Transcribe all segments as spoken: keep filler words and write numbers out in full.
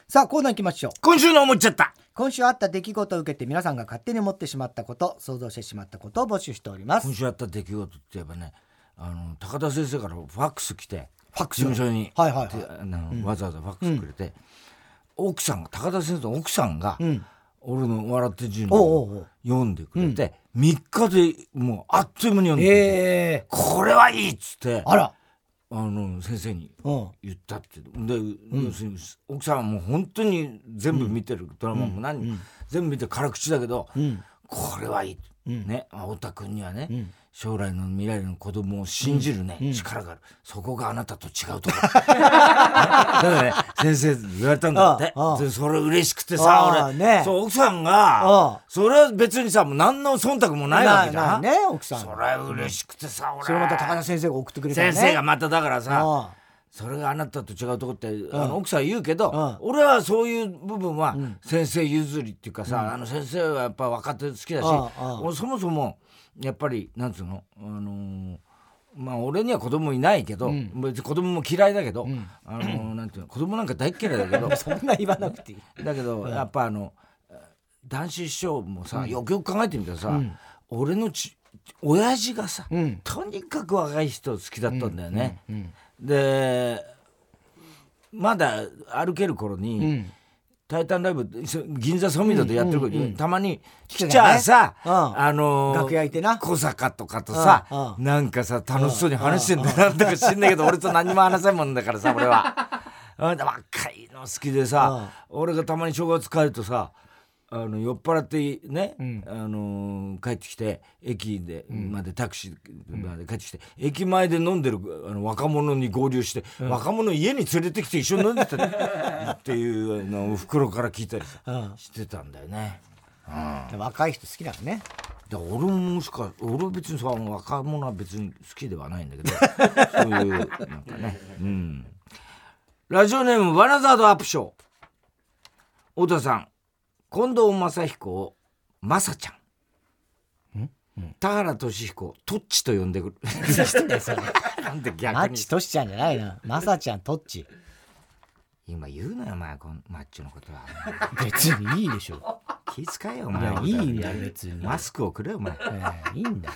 さあコーナー行きましょう。 今週の思っちゃった。 今週あった出来事を受けて皆さんが勝手に思ってしまったこと、想像してしまったことを募集しております。 今週あった出来事って言えばね、あの高田先生からファックス来て、 ファックス事務所に、 はいはいはい、 あの、うん、わざわざファックスくれて、うん、奥さんが高田先生の奥さんが、うん、俺の笑ってじゅうねんを読んでくれて、うん、みっかでもうあっという間に読んでくれて、えー、これはいいっつってあらあの先生に言ったってで、うん、要するに奥さんはもう本当に全部見てる、うん、ドラマも何、うん、全部見て辛口だけど、うん、これはいい、うん、ね、太田君にはね、うん、将来の未来の子供を信じるね、うん、力がある、そこがあなたと違うところだからね、先生言われたんだって。ああでそれ嬉しくてさ、俺、ね、そう奥さんがそれは別にさもう何の忖度もないわけじゃん、 ね、奥さんそれ嬉しくてさ、俺それまた高田先生が送ってくれたね。 先生がまただからさ、それがあなたと違うとこって、うん、あの奥さん言うけど、うん、俺はそういう部分は先生譲りっていうかさ、うん、あの先生はやっぱ若手好きだし、俺そもそもやっぱりなんつうの、あのー、まあ俺には子供いないけど、うん、別に子供も嫌いだけど、うん、あのー、なんていうの、子供なんか大っ嫌いだけどそんな言わなくていいだけど、うん、やっぱあの談志師匠もさ、よくよく考えてみたらさ、うん、俺のち親父がさ、うん、とにかく若い人好きだったんだよね、うんうんうん、でまだ歩ける頃に、うんタイタンライブ銀座ソミドでやってる時、うんうんうん、たまに来ちゃさ、ね、あのー、 楽屋いてな小坂とかとさ、うんうん、なんかさ楽しそうに話してんだよ、なんだか知んないけど俺と何も話せんもんだからさ俺は若いの好きでさ、うん、俺がたまに正月帰るとさあの酔っ払ってね、うん、あのー、帰ってきて駅で、うん、までタクシーまで帰ってきて、うん、駅前で飲んでるあの若者に合流して、うん、若者家に連れてきて一緒に飲んでたっていうのを袋から聞いたりさ、うん、してたんだよね、 うん、若い人好きだからね。 だから俺ももしか俺は別にさ若者は別に好きではないんだけどそういうなんかね、うん、ラジオネームバナザードアップショー。太田さん、近藤正彦をマサちゃん、ん、うん、田原俊彦をトッチと呼んでくるなんで逆にマッチトシちゃんじゃないな、マサちゃんトッチ今言うなよお前このマッチのことは別にいいでしょ気遣えよお前。 いやいいや別にマスクをくれよお前、 えー、いいんだ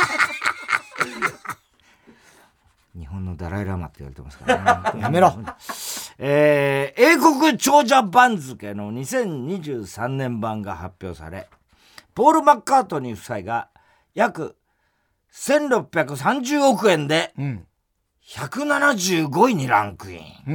日本のダライラマって言われてますからねやめろえー、英国長者番付のにせんにじゅうさんねん版が発表され、ポール・マッカートニー夫妻が約せんろっぴゃくさんじゅうおくえんでひゃくななじゅうごいにランクイン、うん、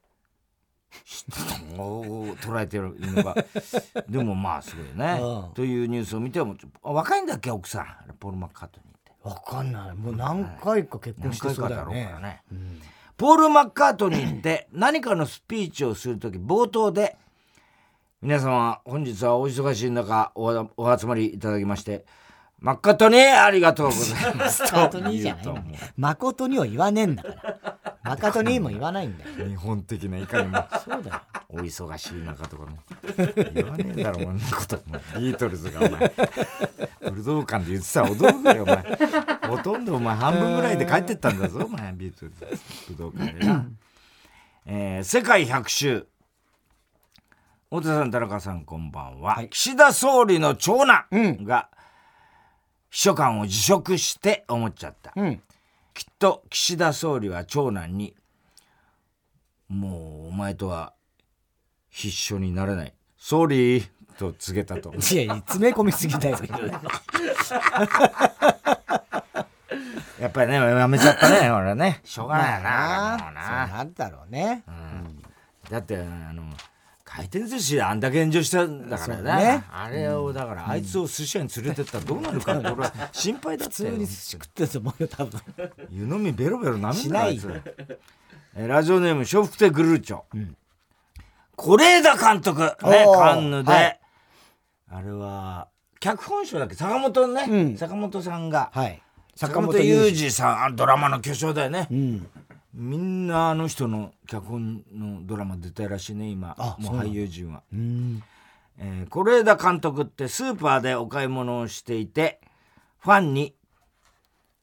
捉えてるのがでもまあすごいねというニュースを見ても、若いんだっけ奥さんポール・マッカートニーって。 わかんない、もう何回か結婚してそうだよね。 何回かだろうからね、うん、ポール・マッカートニーって何かのスピーチをするとき冒頭で、皆様本日はお忙しい中 お, お集まりいただきまして誠にありがとうございます誠にじゃない誠には言わねえんだから誠にも言わないんだよ日本的ないかにもそうだよお忙しい中とかね言わねえだろお前のことビートルズがお前武道館で言ってたら驚くよお前ほとんどお前半分ぐらいで帰ってったんだぞお前ビートルズ武道館でな、えー、世界百周。太田さん田中さんこんばんは、はい、岸田総理の長男が秘書官を辞職して思っちゃった、うん、きっと岸田総理は長男にもうお前とは必勝になれない総理と告げたと。 いやいや詰め込みすぎだよやっぱりねやめちゃったね俺ねしょうがないな、まあ、なそうなんだろうね、うん、 だってあの回転寿司であんだけ炎上したんだから ね, ねあれをだから、うん、あいつを寿司屋に連れてったらどうなるかって俺は心配だったよ。 普通に寿司食ってると思うよ多分湯飲みベロベロなめんだあいつ。ラジオネーム笑福亭グルーチョ、うん、是枝監督ねカンヌで、はい、あれは脚本賞だっけ坂本ね、うん、坂本さんが、はい、坂本雄二さんドラマの巨匠だよね、うん、みんなあの人の脚本のドラマ出たらしいね今もう俳優陣は。是枝監督ってスーパーでお買い物をしていてファンに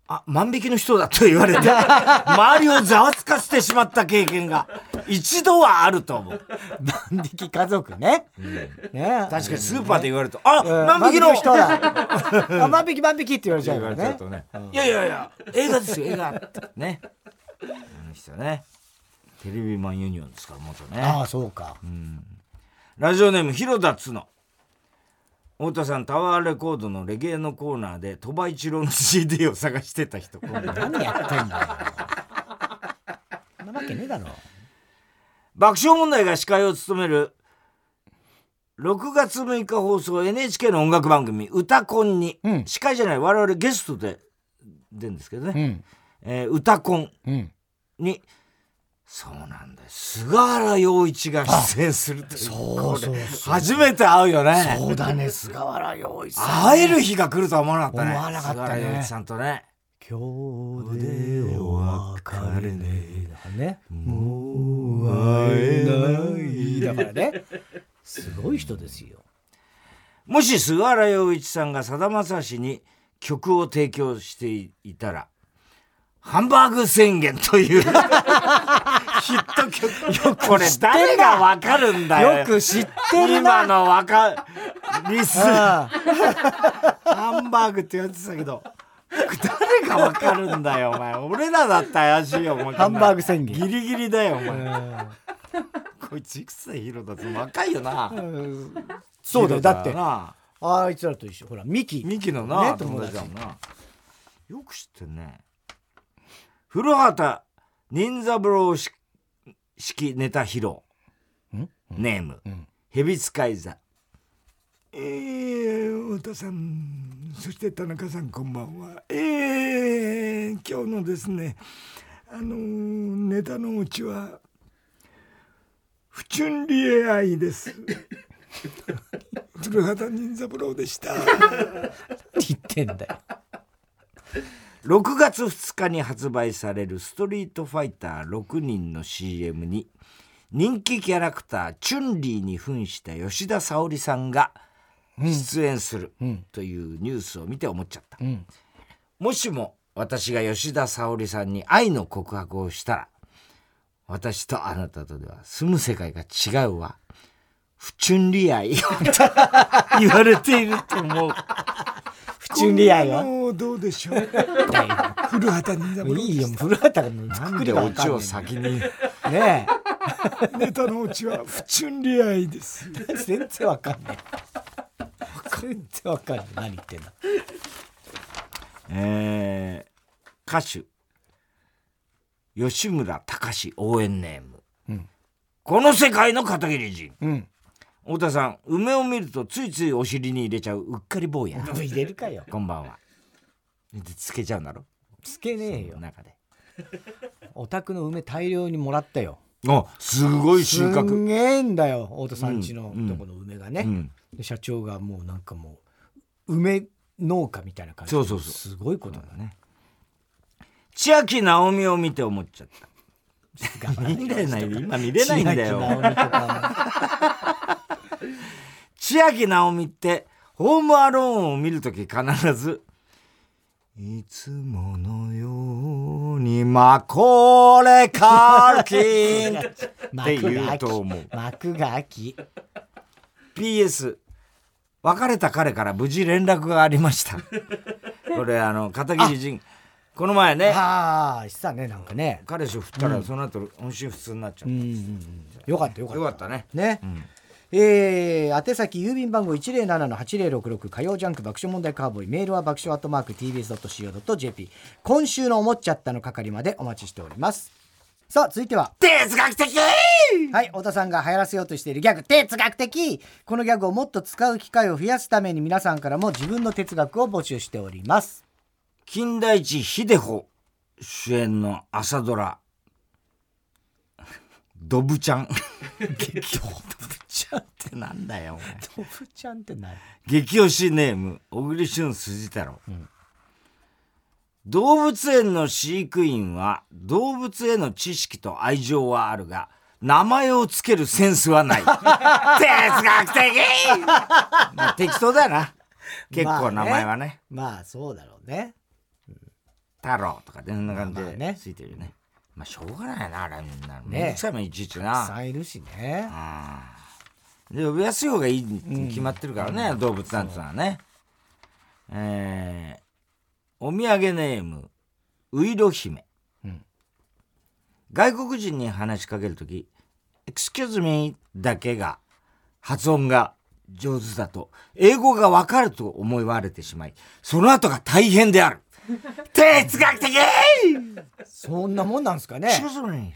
あ、万引きの人だと言われて周りをざわつかせてしまった経験が一度はあると思う。 万引き家族ね、うん、ね確かにスーパーで言われると、あ、万引きの人だあ、万引き万引きって言われちゃうからね。 ね、うん、いやいやいや映画ですよ映画ね。あの人ねテレビマンユニオンですから元ね。 ああそうか、 うん、ラジオネーム広田つの。太田さん、タワーレコードのレゲエのコーナーで鳥羽一郎の シーディー を探してた人。 何やってんだよそんなわけねえだろ。 爆笑問題が司会を務めるろくがつむいか放送 エヌエイチケー の音楽番組歌コンに、うん、司会じゃない我々ゲストで出るんですけどね、うんえー、歌コンに、うんそうなんだよ菅原洋一が出演するという。 そうそうそう初めて会うよね。 そうだね菅原洋一さん、 ね、会える日が来るとは思わなかったね。 思わなかったね菅原洋一さんとね。 今日でお別れねだからねもう会えないだからねすごい人ですよ。 もし菅原洋一さんがさだまさしに曲を提供していたらハンバーグ宣言というヒット曲。よくこれ誰がわかるんだよ。 よく知ってるな。今のわかリスハンバーグってやってたけど誰がわかるんだよお前。俺らだったら怪しいよお前。 ハンバーグ宣言ギリギリだよお前。こいついくつだよヒロだって若いよな。 そうだよだってあいつらと一緒ほらミキミキのな、ね、友達だもんな。よく知ってんね。古畑任三郎式ネタ披露ネーム、うん、蛇使い座。えー、太田さんそして田中さんこんばんは。えー、今日のですねあのー、ネタのうちは不純利愛です古畑任三郎でした言ってんだよ。 ろくがつふつかに発売されるストリートファイターろくにんの シーエム に人気キャラクターチュンリーに扮した吉田沙保里さんが出演するというニュースを見て思っちゃった、うんうん、もしも私が吉田沙保里さんに愛の告白をしたら私とあなたとでは住む世界が違うわ不純利愛言われていると思う。 不純利愛はどうでしょう古畑任三郎。 いいよ古畑がなんでオチを先にねえネタのオチは不純利愛です全然わかんない全然わかんない何言ってんだ。 えー、歌手吉村隆応援ネーム、うん、この世界の片桐仁、うん太田さん梅を見るとついついお尻に入れちゃううっかり坊や入れるかよ。 こんばんは。つけちゃうんだろ。 つけねえよ中でお宅の梅大量にもらったよ。 あすごい収穫すげえんだよ太田さん家のとこの梅がね、うんうん、で社長がもうなんかもう梅農家みたいな感じで。 そうそうそうすごいことだね。 千秋直美を見て思っちゃった見れない今見れないんだよ。千秋直美とか千秋直美ってホームアローンを見るとき必ずいつものようにマコーレカーキンって言うと思う。 幕が秋ピーエス 別れた彼から無事連絡がありましたこれあの片桐仁この前ねああしたねなんかね彼氏を振ったらその後音信不通になっちゃった、うんうんうん、 よかったよかったよかったねね、うんえー、宛先郵便番号 いちまるななのはちまるろくろく 火曜ジャンク爆笑問題カーボーイメールは爆笑アットマーク ティービーエスドットシーオードットジェーピー 今週の思っちゃったの係までお待ちしております。さあ続いては哲学的はい太田さんが流行らせようとしているギャグ哲学的。このギャグをもっと使う機会を増やすために皆さんからも自分の哲学を募集しております。 金田一秀穂主演の朝ドラドブちゃんドブちゃんってなんだよドブちゃんって何。 激推しネーム小栗旬筋太郎、うん、動物園の飼育員は動物への知識と愛情はあるが名前をつけるセンスはない哲学的まあ適当だよな結構名前はね、 まあ、ね、まあそうだろうね、うん、 太郎とかでそんな感じまあねでついてるよね。まあしょうがないなあれみんな。 ねめんどくさいもんいちいちたくな。 さんいるしね。 で呼びやすい方がいいに決まってるからね、うん、動物なんてのはね。えー、お土産ネームういろ姫、うん、外国人に話しかけるとき Excuse me だけが発音が上手だと英語がわかると思われてしまい、その後が大変である。哲学的そんなもんなんすかね。 Excuse me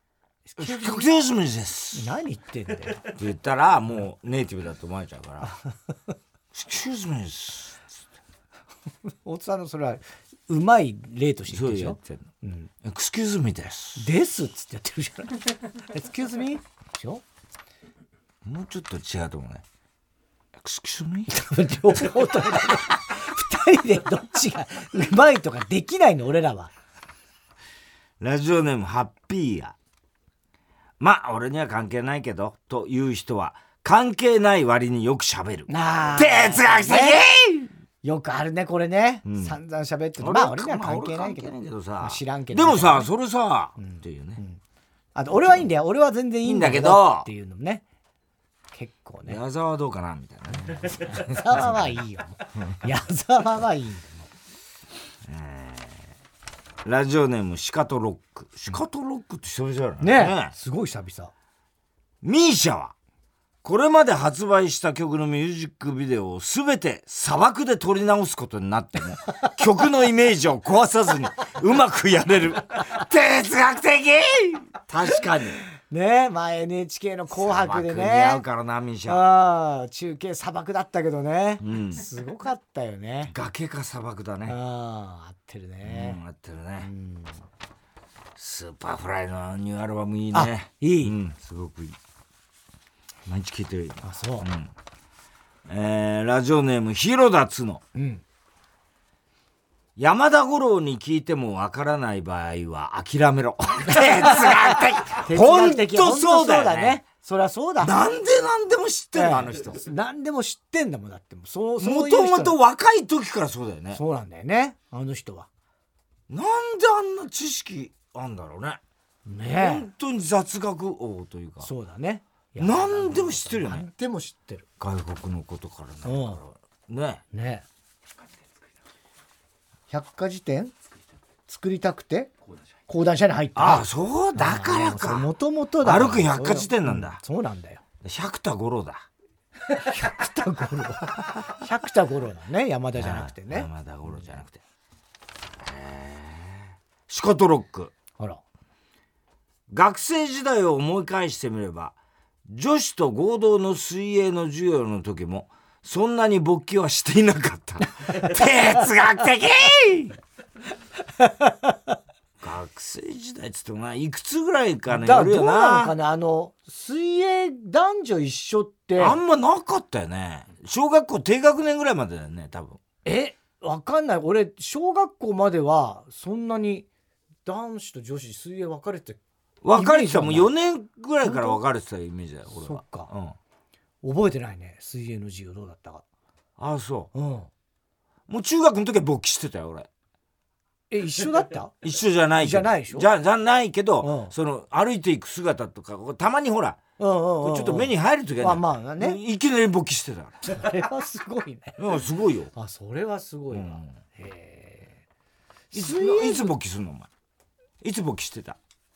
Excuse me です。 何言ってんだよって言ったらもうネイティブだと思われちゃうからExcuse me です。 大津さんのそれはうまい例として言ってるでしょ。 そうやってんの、うん、Excuse me ですですっつってやってるじゃないExcuse me でしょ。 もうちょっと違うと思うね。Excuse me 両方ともだね二人でどっちがうまいとかできないの俺らは。 ラジオネームハッピーや。まあ俺には関係ないけどという人は関係ない割によく喋る。哲学的、ね、 よくあるねこれね、うん、散々喋ってる。まあ俺には関係ないけど、まあ、さ、まあ、知らんけど、 でもさそれさ、うん、っていうね、うん、 あと俺はいいんだよ俺は全然いいんだけどっていうのもね結構ね。 矢沢はどうかなみたいなね矢沢はいいよ矢沢はいいんだよ、 えー、ラジオネームシカトロック。シカトロックって久々じゃないねえ、ねすごい久々。 ミーシャはこれまで発売した曲のミュージックビデオを全て砂漠で撮り直すことになっても曲のイメージを壊さずにうまくやれる。哲学的。確かにねえ、まあ エヌエイチケー の紅白でね。 砂漠似合うからなミーシャ。 ああ、中継砂漠だったけどね、うん、すごかったよね。 崖か砂漠だね。 ああ、合ってるね、 うん、合ってるね、うん、スーパーフライのニューアルバムいいね。 あ、いい、 うん、すごくいい。毎日聴いてる。 あ、そう、うん、 えー、ラジオネーム広田つの、うん、山田五郎に聞いてもわからない場合は諦めろ。哲学的。本当そうだよね。 そりゃそうだ。 なんでなんでも知ってるの、えー、あの人。 なんでも知ってんだもん。だってもそうそうもともと若い時からそうだよね。 そうなんだよね、あの人は。 なんであんな知識あんだろうね。ねえ、本当に雑学王というか。 そうだね。 何でも知ってるよね。 何でも知ってる。 外国のことからなんだろうね。 ねえ。百科事典作りたくて講談社に入った。 ああ、そうだからか。 もともとだ。 歩く百科事典なんだ。 そう、そうなんだよ。 百田五郎だ。 百田五郎。百田五郎だね。山田じゃなくてね。 山田五郎じゃなくて。へえ。シカトロック。 あら。 学生時代を思い返してみれば、女子と合同の水泳の授業の時もそんなに勃起はしていなかった。哲学的。学生時代っつってもないくつぐらいかね、やるよな。 どうなのかな、あの水泳男女一緒ってあんまなかったよね。小学校低学年ぐらいまでだよね多分。 え、わかんない。俺小学校まではそんなに男子と女子水泳分かれて分かれてた。もうよねんぐらいから分かれてたイメージだよ俺は。 そっか、うん、覚えてないね水泳の授業どうだったか。 ああそう、うん、 もう中学の時は勃起してたよ俺。 え、一緒だった一緒じゃないけど。 じゃないでしょ。 じゃ、じゃないけど、 うん、 その歩いていく姿とかたまにほら、 うんうんうんうん、 ちょっと目に入る時はね、 まあまあね、 いきなり勃起してたから。 それはすごいね。 うん、すごいよ。 あ、それはすごいわ、うん、へえ。いついつ勃起するのお前。いつ勃起してた。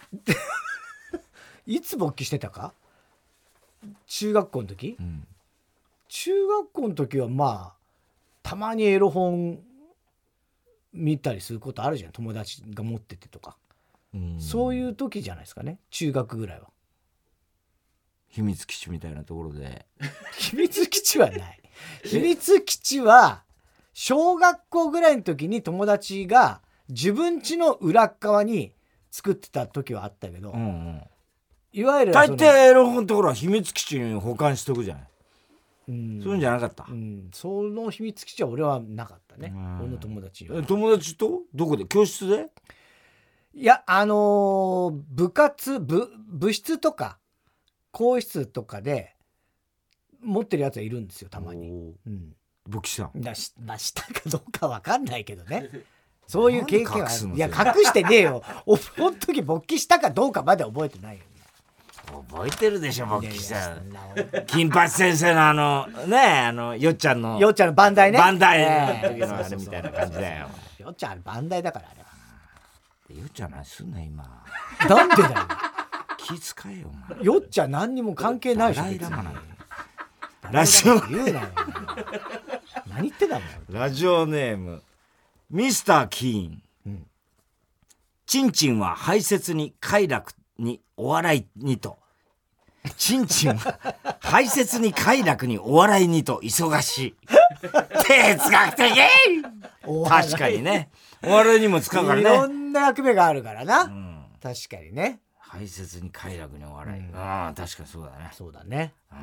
いつ勃起してたか。中学校の時、うん、中学校の時はまあたまにエロ本見たりすることあるじゃん、友達が持っててとか、うん、そういう時じゃないですかね、中学ぐらいは。 秘密基地みたいなところで。 秘密基地はない秘密基地は小学校ぐらいの時に友達が自分家の裏側に作ってた時はあったけど、うんうん、いわゆる大抵エロ本のところは秘密基地に保管しておくじゃない、うん、そういうんじゃなかった、 うん、その秘密基地は俺はなかったね、うん、俺の友達は。 友達とどこで、教室で？ いや、あのー、部活部部室とか更衣室とかで持ってるやつはいるんですよたまに、うん、 勃起したんだし、まあ、したかどうか分かんないけどねそういう経験はある。いや隠してねえよ。おその時勃起したかどうかまで覚えてないよ。 覚えてるでしょ勃起した金八先生のあのねあのよっちゃんのよっちゃんのバンダイねバンダイの時のあれみたいな感じだよ。 よっちゃんバンダイだからあれは。 よっちゃん何すんの今。 なんでだよ。 気使えよお前。 よっちゃん何にも関係ないし。 ダライラマなの。ラジオ言うなよ。何言ってたの。 ラジオネームミスター・キーン、うん、チンチンは排泄に快楽にお笑いにとチンチンは排泄に快楽にお笑いにと忙しい哲学的確かにねお笑いにも使うからねいろんな役目があるからな、うん、確かにね排泄に快楽にお笑い、うん、ああ確かにそうだねそうだね、うん、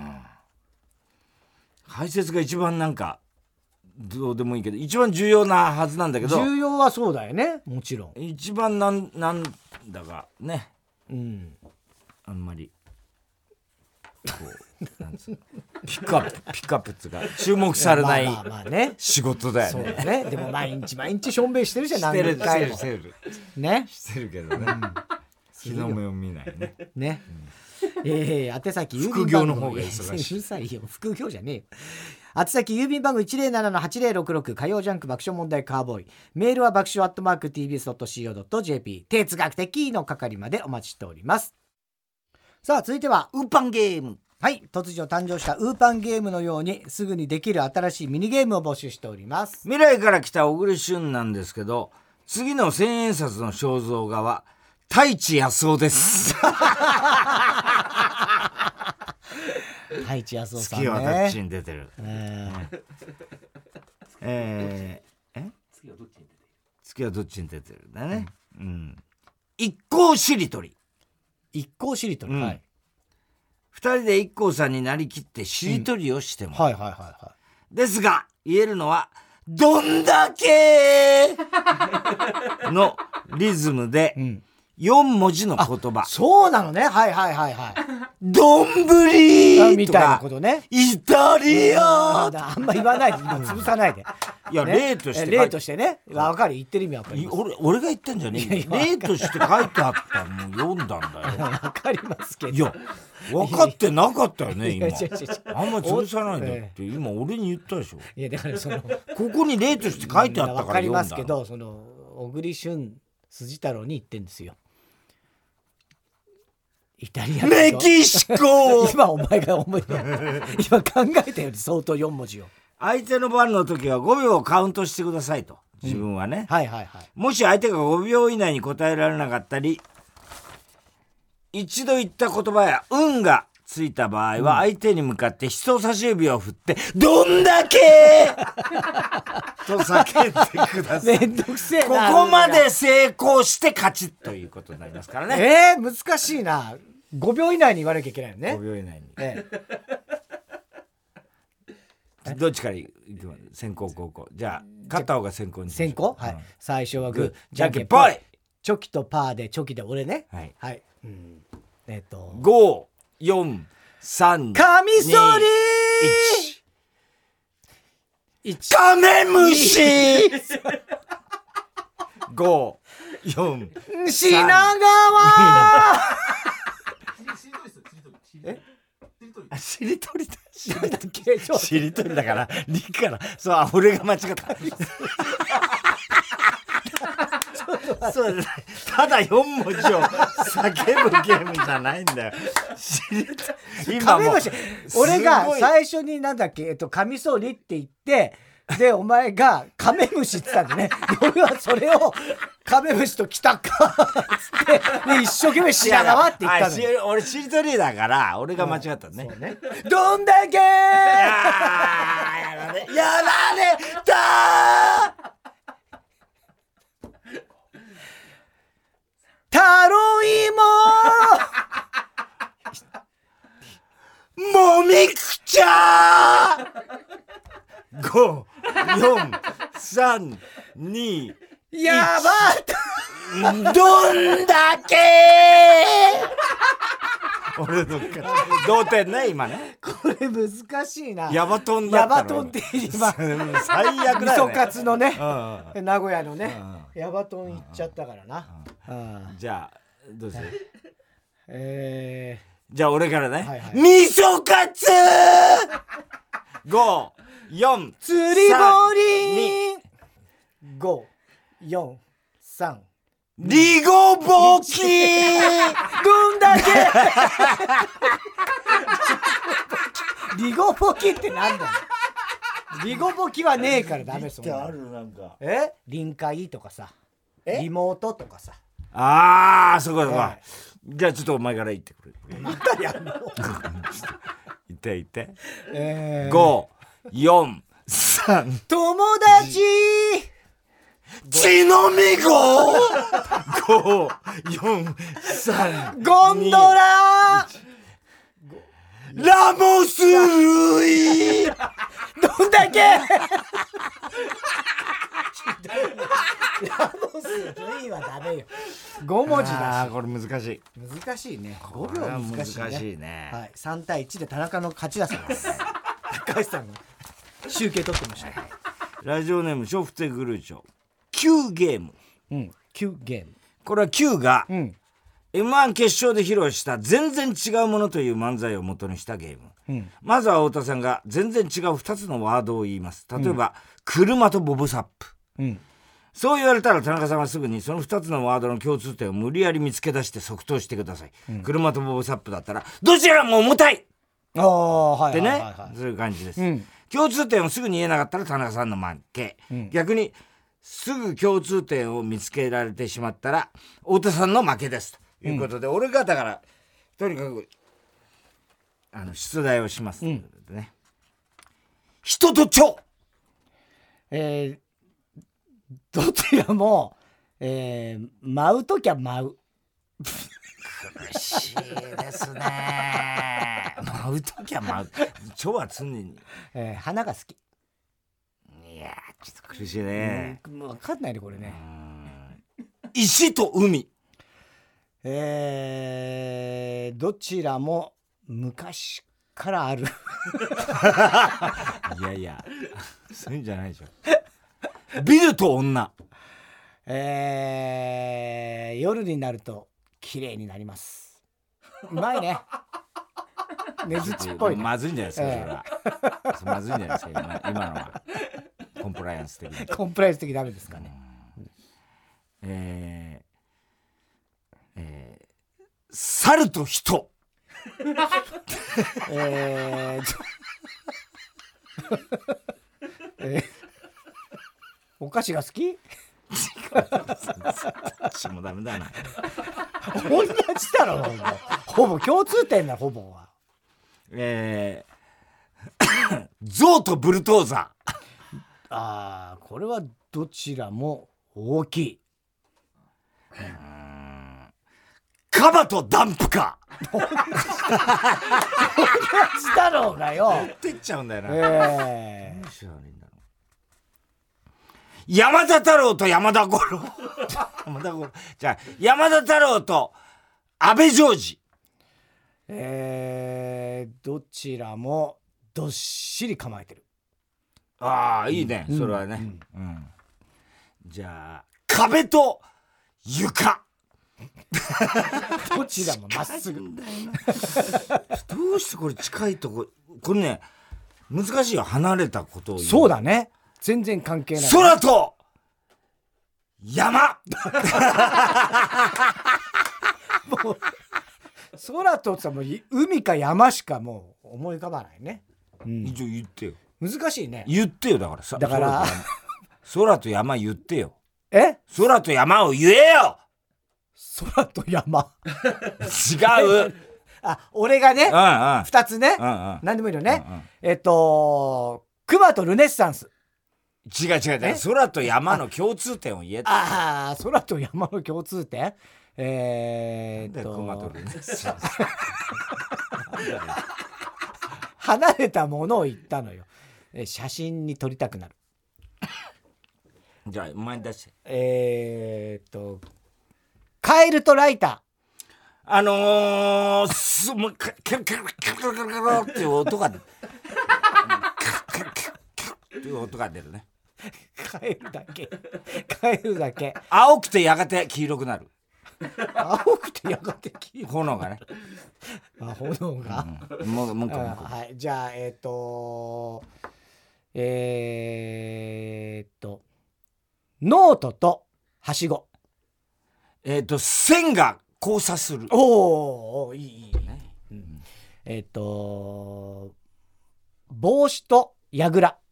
排泄が一番なんかどうでもいいけど一番重要なはずなんだけど重要はそうだよねもちろん一番なんなんだかね、 うん、 あんまりこうなんつうのピックアップピックアップっつうか注目されない仕事だよね。 そうだねでも毎日毎日しょんべんしてるじゃん何回もしてるしてるねしてるけどね、うん、日の目を見ないねね、うん、えー、宛先郵便副業の方が忙しい。 うるさいよ副業じゃねえよ。宛先郵便番号 いちまるななのはちぜろろくろく 火曜ジャンク爆笑問題カーボーイメールは爆笑アットマーク ティービーエスドットシーオードットジェーピー 哲学的の係までお待ちしております。さあ続いてはウーパンゲーム。 はい突如誕生したウーパンゲームのようにすぐにできる新しいミニゲームを募集しております。 未来から来た小栗旬なんですけど次の千円札の肖像画は太一康夫です太一康夫さんね。 月はどっちに出てる。えー、えー、え月はどっちに出てる。月はどっちに出てるだね。うん。うん、一向しりとり。 一向しりとり。うん、はい。 二人で一向さんになりきってしりとりをしても、 うん、はいはいはいはい。 ですが言えるのはどんだけのリズムで。うんよん文字の言葉。 そうなのね。はいはいはいはい。 どんぶりみたいなことね。 イタリアあんま言わないで、潰さないで。 いや、ね、例として。 例としてね。わかる。言ってる意味わかります。 俺、俺が言ってんじゃねえよ。例として書いてあったのも読んだんだよ。 わかりますけど。 いや、分かってなかったよね、今。あんま潰さないでって、今俺に言ったでしょ。 いや、だからその、 ここに例として書いてあったから読んだ。わかりますけど、その、小栗旬筋太郎に言ってんですよ。イタリアメキシコ今お前が思い今考えたより相当よん文字を相手の番の時はごびょうカウントしてくださいと自分はね、 うん、はいはいはい。 もし相手がごびょう以内に答えられなかったり一度言った言葉や運がついた場合は相手に向かって人差し指を振ってどんだけと叫んでください。 めんどくせえな。ここまで成功して勝ちということになりますからね。えー、難しいな。ごびょう以内に言わなきゃいけないよね。 ごびょう以内に、 ええ、どっちからいくの？先攻後攻。じゃあ勝った方が先攻にしましょう。 先攻、はい、うん、最初はグーじゃんけんぽい。 チョキとパーでチョキで俺ね。 はい、 はい、うん、えっとご、よん、さん、 カミソリーいちカメムシご、よん、 品川えしりとりだしりとりだからりからそう俺が間違ったそうただよん文字を叫ぶゲームじゃないんだよ。 今も俺が最初になんだっけ、えっと、カミソリって言ってでお前がカメムシって言ったんでね俺はそれをカメムシと来たかっつってで一生懸命品川って言ったのよ。 俺しりとりだから俺が間違ったね、 うん、ねどんだけーやられやられたータロイモもみくちゃーご、よん、さん、に、 やばーどんだけー俺の同点ね今ね。 これ難しいな。 ヤバトンだったの。 ヤバトンって今最悪だよね。 味噌カツのね、うんうん、名古屋のね、 ヤバトンいっちゃったからな。 うん、じゃあどうする？ えー、じゃあ俺からね、 はいはい、 味噌カツご、よん、 釣り堀ご、よん、さんリゴボキどんだけリゴボキってなんだよ。リゴボキはねえからダメ。そんなあるなんかえ臨海とかさリモートとかさ。 ああそうかそうか、えー、じゃあちょっとお前から言ってくれ。 またやるの言って言って、 えー、 ご、よん、さん友達血のみごご、よん、さんゴンドララモス類どんだけラモス類はダメよ。ごもじだし。 あこれ難しい難しいね。ごびょう難しいね。 難しいね、 はい、さんたいいちで田中の勝ちだそうです。高橋さんが集計取ってました。 ラジオネーム笑福亭グルーチョきゅうゲーム、 うん、きゅうゲーム。 これはきゅうが、 うん、 エムワン 決勝で披露した全然違うものという漫才を元にしたゲーム、うん、まずは太田さんが全然違うふたつのワードを言います。例えば、うん、車とボブサップ、うん、そう言われたら田中さんはすぐにそのふたつのワードの共通点を無理やり見つけ出して即答してください、うん、車とボブサップだったらどちらも重たいああ、はい、 ってね、 はいはいはい、 そういう感じです、 うん、 共通点をすぐに言えなかったら田中さんの負け、うん、逆にすぐ共通点を見つけられてしまったら太田さんの負けですということで、うん、俺がだからとにかくあの出題をしますということでね、うん、人と蝶、 えー、どちらも、えー、舞うときは舞う苦しいですね舞うときは舞う蝶は常に、 えー、花が好き。 いやちょっと苦しいね、 うん、分かんないねこれね。 石と海、 えー、どちらも昔からあるいやいやそういうんじゃないでしょ。ビルと女、 えー、夜になると綺麗になります。うまいねねずちっぽい、ね、 まずいんじゃないですか、えー、それはまずいんじゃないですか今のはコンプライアンス的にコンプライアンス的ダメですかね。 えーえー、猿と人えーえー、お菓子が好き私もダメだな同じだろほぼ共通点だほぼは。 えー、ゾウとブルトーザー、 あーこれはどちらも大きい。 うーんカバとダンプカー同じだろうがよってっちゃうんだよな、 えー、 山田太郎と山田五郎山田五郎じゃあ山田太郎と安倍ジョージ、 えー、どちらもどっしり構えてる。 ああいいね、うん、それはね、うんうん、じゃあ壁と床どちらもまっすぐどうしてこれ近いとここれね難しいよ。離れたことを言う。 そうだね全然関係ない、ね、 空と山もう空とさもう海か山しかもう思い浮かばないね、 うん、一応言ってよ。 難しいね。 言ってよだからさ。 だから空と山言ってよ。 え空と山を言えよ。 空と山違うあ俺がね、 うんうん、 ふたつね、 うんうん、 何でもいいよね、 うんうん、 えっと熊とルネッサンス。 違う違う違う空と山の共通点を言えって。 ああ空と山の共通点えー、っと熊とルネッサンス離れたものを言ったのよ。写真に撮りたくなる。 じゃあ前に出して。 えー、っとカエルとライター。 あのー、すもうカキャルキャルキャルキャルキャルっていう音がカキャルキャルキャルっていう音が出るね。 変えるだけ変えるだけ青くてやがて黄色くなる。 青くてやがて黄色炎がね。 あ炎が、 うん、もうもう一個もう一個。 はい、じゃあえっ、ー、とえー、っとノートとはしご。 えっ、ー、と線が交差する。 おおいいいい、 ね、 うん、えっ、ー、と帽子とやぐら。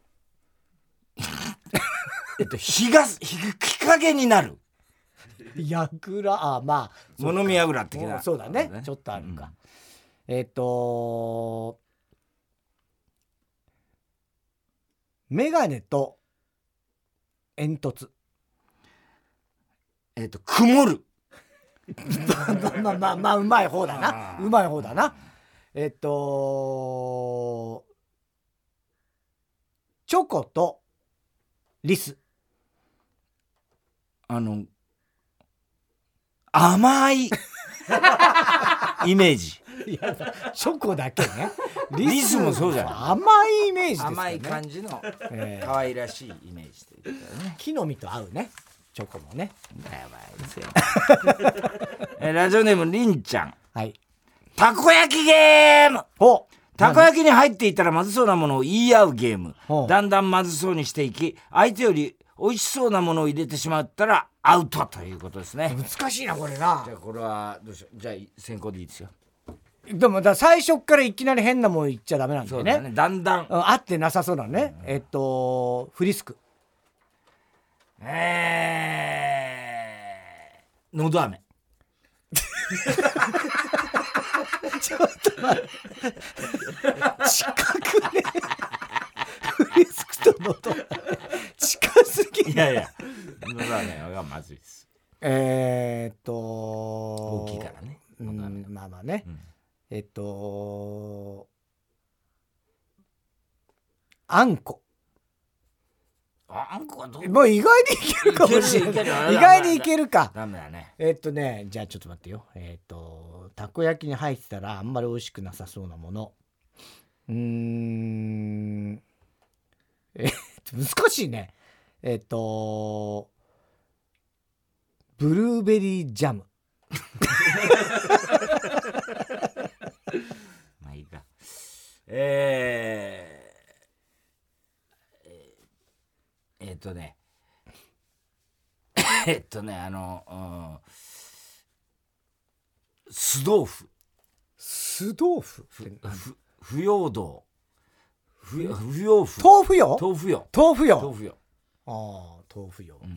えっと日が日日陰になる。 やぐら、あまあ物見やぐら的な。 そうだね、ちょっとあるか、うん、えっ、ー、とメガネと煙突。 えっ、ー、と曇る。 まあまあまあうまい方だなうまい方だな。えっ、ー、とチョコとリス。 あの甘いイメージ。 いやチョコだけね。 リスもそうじゃない。 甘いイメージですかね。 甘い感じの可愛らしいイメージというかね。 木の実と合うねチョコもね。 やばいですよ。えラジオネームりんちゃん。 はい。 たこ焼きゲーム。 おたこ焼きに入っていたらまずそうなものを言い合うゲーム。だんだんまずそうにしていき、相手より美味しそうなものを入れてしまったらアウトということですね。 難しいなこれな。 じゃあこれはどうしよう。じゃあ先行でいいですよ。 でもだ最初からいきなり変なもの言っちゃダメなんだよね。 そうだね。だんだん、 うん、合ってなさそうだね、うん、えっとフリスク。 えーのど飴。 ちょっと待って近くね。フリスクとのど飴近すぎ。 いやいやのど飴がまずいです。 えー、っと大きいからね、 うん、まあまあね、うん、えっとあんこ。 あんこはどう。 もう意外にいけるかもしれない。意外にいけるか。 ダメだね。 えっとねじゃあちょっと待ってよ。えっとたこ焼きに入ってたらあんまり美味しくなさそうなもの。うーんえっと難しいね。えっとブルーベリージャム。 まあいいか。えーえー、っとねえっとねあの、うん、酢豆腐。 酢豆腐ふふ不要道。不不要腐。 豆腐よ。 豆腐よ。 豆腐よ。 豆腐よ。 ああ豆腐よ、うん、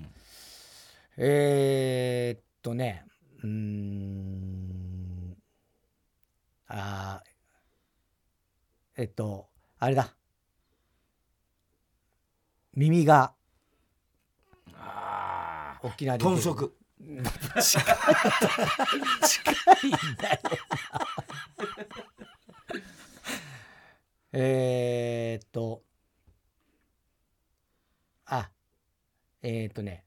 えー、っとねうーんあえっとあれだ耳があ沖縄で豚足。 近い近いんだよえーっとあえーっとね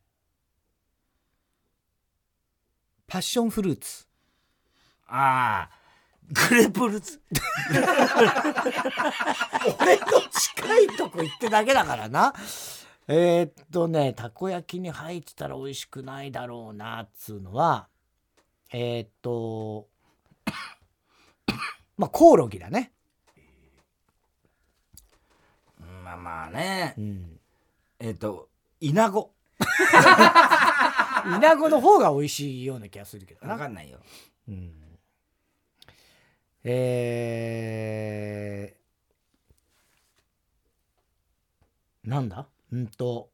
パッションフルーツ。 ああグレープフルーツ。 俺の近いとこ行ってだけだからな。えー、っとねたこ焼きに入ってたら美味しくないだろうなっつうのはえー、っとまあコオロギだね。 まあまあね、 うん、 えー、っとイナゴ。 イナゴの方が美味しいような気がするけどな。 分かんないよ、 うん、えー、なんだうんと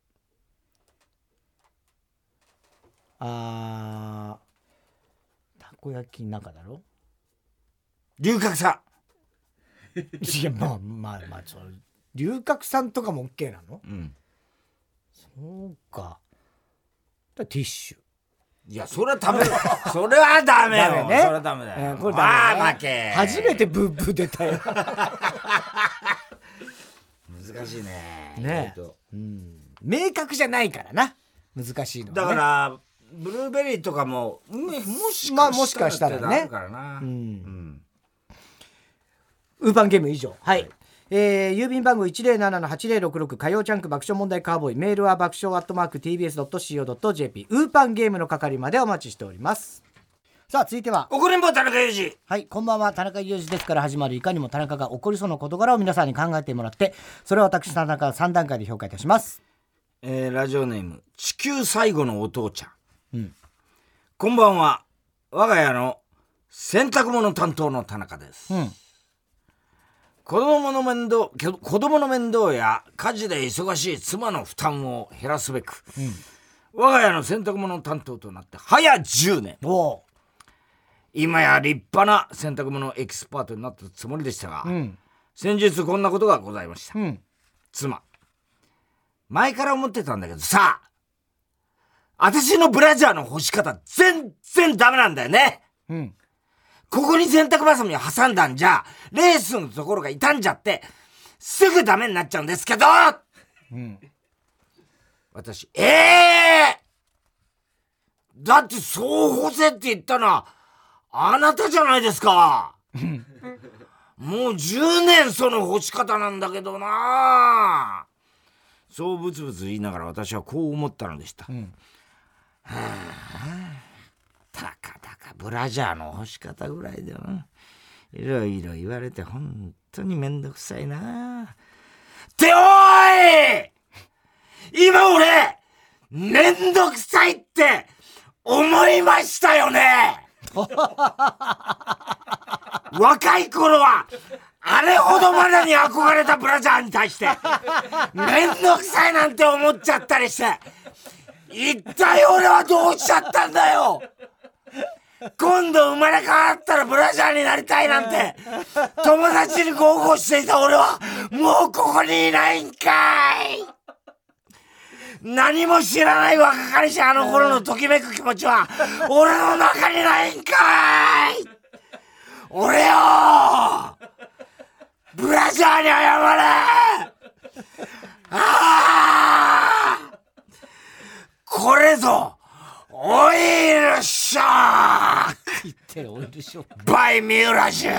あたこ焼きの中だろ。 龍角散。 いやまあまあまあそう龍角散とかも OK なの。 うん、 そうか。ティッシュ。 いやそれは食べる。それはダメよ。 ダメね。 それはダメだよ、 うん、これダメね。 あー負け。 初めてブーブー出たよ。 難しいね。 ねえ、うん、明確じゃないからな難しいのは、ね、 だからブルーベリーとかももしまあもしかしたらね。 からな、うんうん、ウーパンゲーム以上。はい、 えー、郵便番号 いちゼロななのはちゼロろくろく 火曜ジャンク爆笑問題カーボーイ、メールは爆笑アットマーク ティービーエスドットシーオードットジェーピー、 ウーパンゲームの係までお待ちしております。さあ続いては怒りんぼ田中裕二。 はい、こんばんは。田中裕二ですから始まるいかにも田中が起こりそうな事柄を皆さんに考えてもらって、それを私田中がさん段階で評価いたします。 えー、ラジオネーム地球最後のお父ちゃん、 うん、 こんばんは。我が家の洗濯物担当の田中です、うん、子供の面倒子供の面倒や家事で忙しい妻の負担を減らすべく、うん、我が家の洗濯物担当となって早じゅうねん。お今や立派な洗濯物エキスパートになったつもりでしたが、うん、先日こんなことがございました、うん、妻、前から思ってたんだけどさ、私のブラジャーの干し方全然ダメなんだよね、うん、ここに洗濯バサミを挟んだんじゃレースのところが傷んじゃってすぐダメになっちゃうんですけど、うん、私ええー、だってそう干せって言ったのはあなたじゃないですかもうじゅうねんその干し方なんだけどな。そうブツブツ言いながら私はこう思ったのでした、うん、はあ、たかたかブラジャーの干し方ぐらいでないろいろ言われて本当にめんどくさいなっておい今俺めんどくさいって思いましたよね若い頃はあれほどまでに憧れたブラジャーに対してめんどくさいなんて思っちゃったりして、一体俺はどうしちゃったんだよ。今度生まれ変わったらブラジャーになりたいなんて友達に豪語していた俺はもうここにいないんかい。何も知らない若かりしあの頃のときめく気持ちは俺の中にないんかい。俺よブラジャーに謝れ。ああこれぞオイルショック言ってるオイルショックバイ三浦淳。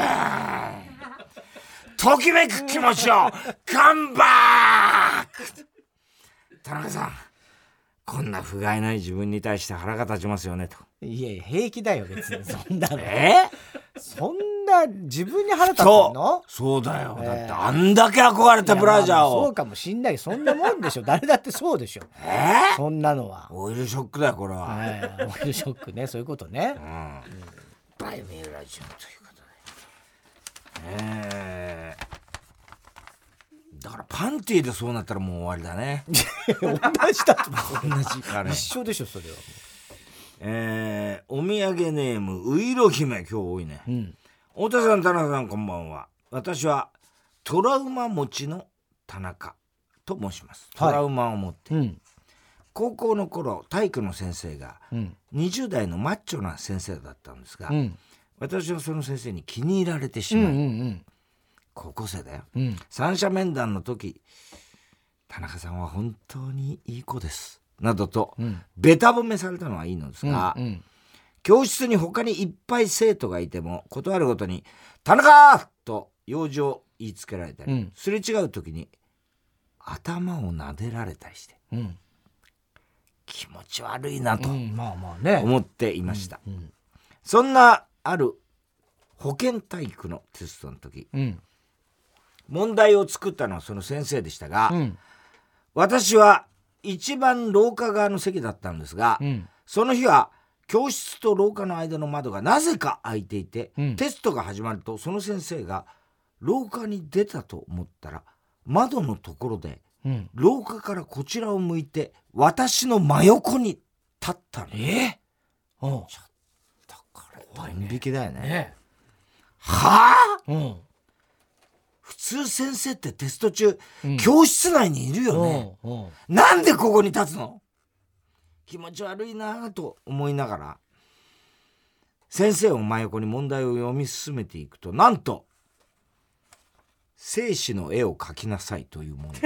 ときめく気持ちをカンバック。田中さん、こんな不甲斐ない自分に対して腹が立ちますよねと。 いやいや平気だよ別にそんなのえそんな自分に腹立つの？ そうだよ、えー、だってあんだけ憧れたブラジャーを、 まあ、そうかもしんない。そんなもんでしょ誰だってそうでしょ、えー、そんなのはオイルショックだよこれは、 えー、オイルショックねそういうことね、うんうん、 バイミューラジュンということで、えー、だからパンティーでそうなったらもう終わりだね同じだと同じあれ一緒でしょそれは。 えー、お土産ネームういろ姫、今日多いね、うん、太田さん田中さんこんばんは。私はトラウマ持ちの田中と申します。トラウマを持って、はい、うん、高校の頃体育の先生がにじゅう代のマッチョな先生だったんですが、うん、私はその先生に気に入られてしまい、うんうんうん、高校生だよ、うん、三者面談の時田中さんは本当にいい子ですなどと、うん、ベタ褒めされたのはいいのですが、うんうん、教室に他にいっぱい生徒がいても断るごとに田中と用事を言いつけられたり、うん、すれ違う時に頭を撫でられたりして、うん、気持ち悪いなと思っていました、うんまあまあね、そんなある保健体育のテストの時、うん、問題を作ったのはその先生でしたが、うん、私は一番廊下側の席だったんですが、うん、その日は教室と廊下の間の窓がなぜか開いていて、うん、テストが始まるとその先生が廊下に出たと思ったら窓のところで、うん、廊下からこちらを向いて私の真横に立ったの。えー、うん、ちょっとこれドン引きだよね。ねはぁ、うん、普通先生ってテスト中、うん、教室内にいるよね、うんうん、なんでここに立つの？気持ち悪いなと思いながら先生を真横に問題を読み進めていくと、なんと生死の絵を描きなさいというもの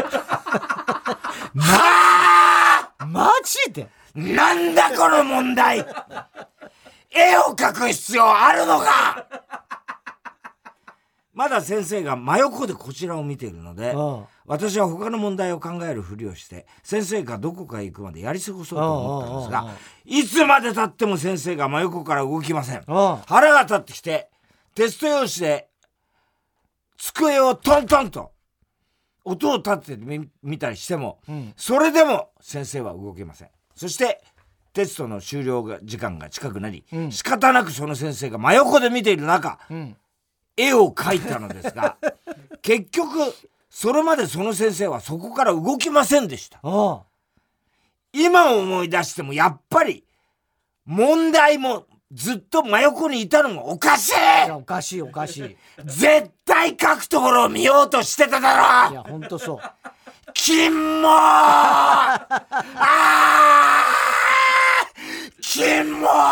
まあマジでなんだこの問題絵を描く必要あるのかまだ先生が真横でこちらを見ているので、私は他の問題を考えるふりをして先生がどこかへ行くまでやり過ごそうと思ったんですが、いつまで経っても先生が真横から動きません。腹が立ってきてテスト用紙で机をトントンと音を立てて み, 見たりしても、うん、それでも先生は動けません。そしてテストの終了が時間が近くなり、うん、仕方なくその先生が真横で見ている中、うん、絵を描いたのですが結局それまでその先生はそこから動きませんでした。ああ、今思い出してもやっぱり問題もずっと真横にいたのもおかしい。 いやおかしいおかしい。 絶対書くところを見ようとしてただろ。 いやほんとそう。 金もーあー金もー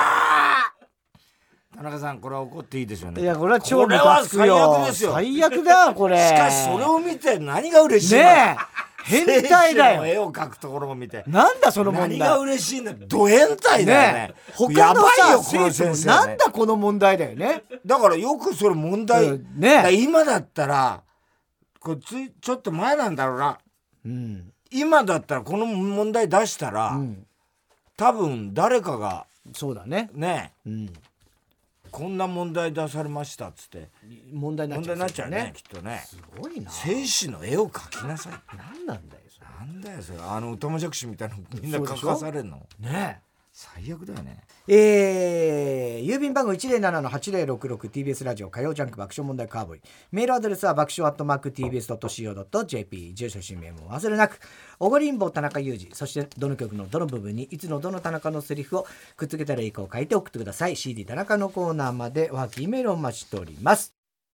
田中さんこれは怒っていいでしょうね。 いやこれは超ムカつくよ。 これは最悪ですよ。 最悪だこれ。 しかしそれを見て何が嬉しいのねえ変態だよ。 絵を描くところを見てなんだその問題。 何が嬉しいんだ。ド変態だよね。 他のさ生徒もなんだこの問題だよね。 だからよくそれ問題、うん、ね、今だったらこれついちょっと前なんだろうな、うん、今だったらこの問題出したら、うん、多分誰かがそうだねね、うん、こんな問題出されましたっつって問題になっちゃう、ね、 なっちゃうねきっとね。 すごいな。 生死の絵を描きなさい。 何なんだよそれ。 なんだよそれ。あの歌間爵士みたいなのみんな描かされるのねえ最悪だよね。 えー、郵便番号 いちゼロななのはちゼロろくろく ティービーエス ラジオ火曜ジャンク爆笑問題カーボーイ。メールアドレスは爆笑アットマーク ティービーエスドットシーオードットジェーピー。 住所氏名も忘れなく。おごりんぼう田中裕二、そしてどの曲のどの部分にいつのどの田中のセリフをくっつけたらいいかを書いて送ってください。 シーディー 田中のコーナーまでおはぎメールをお待ちしております。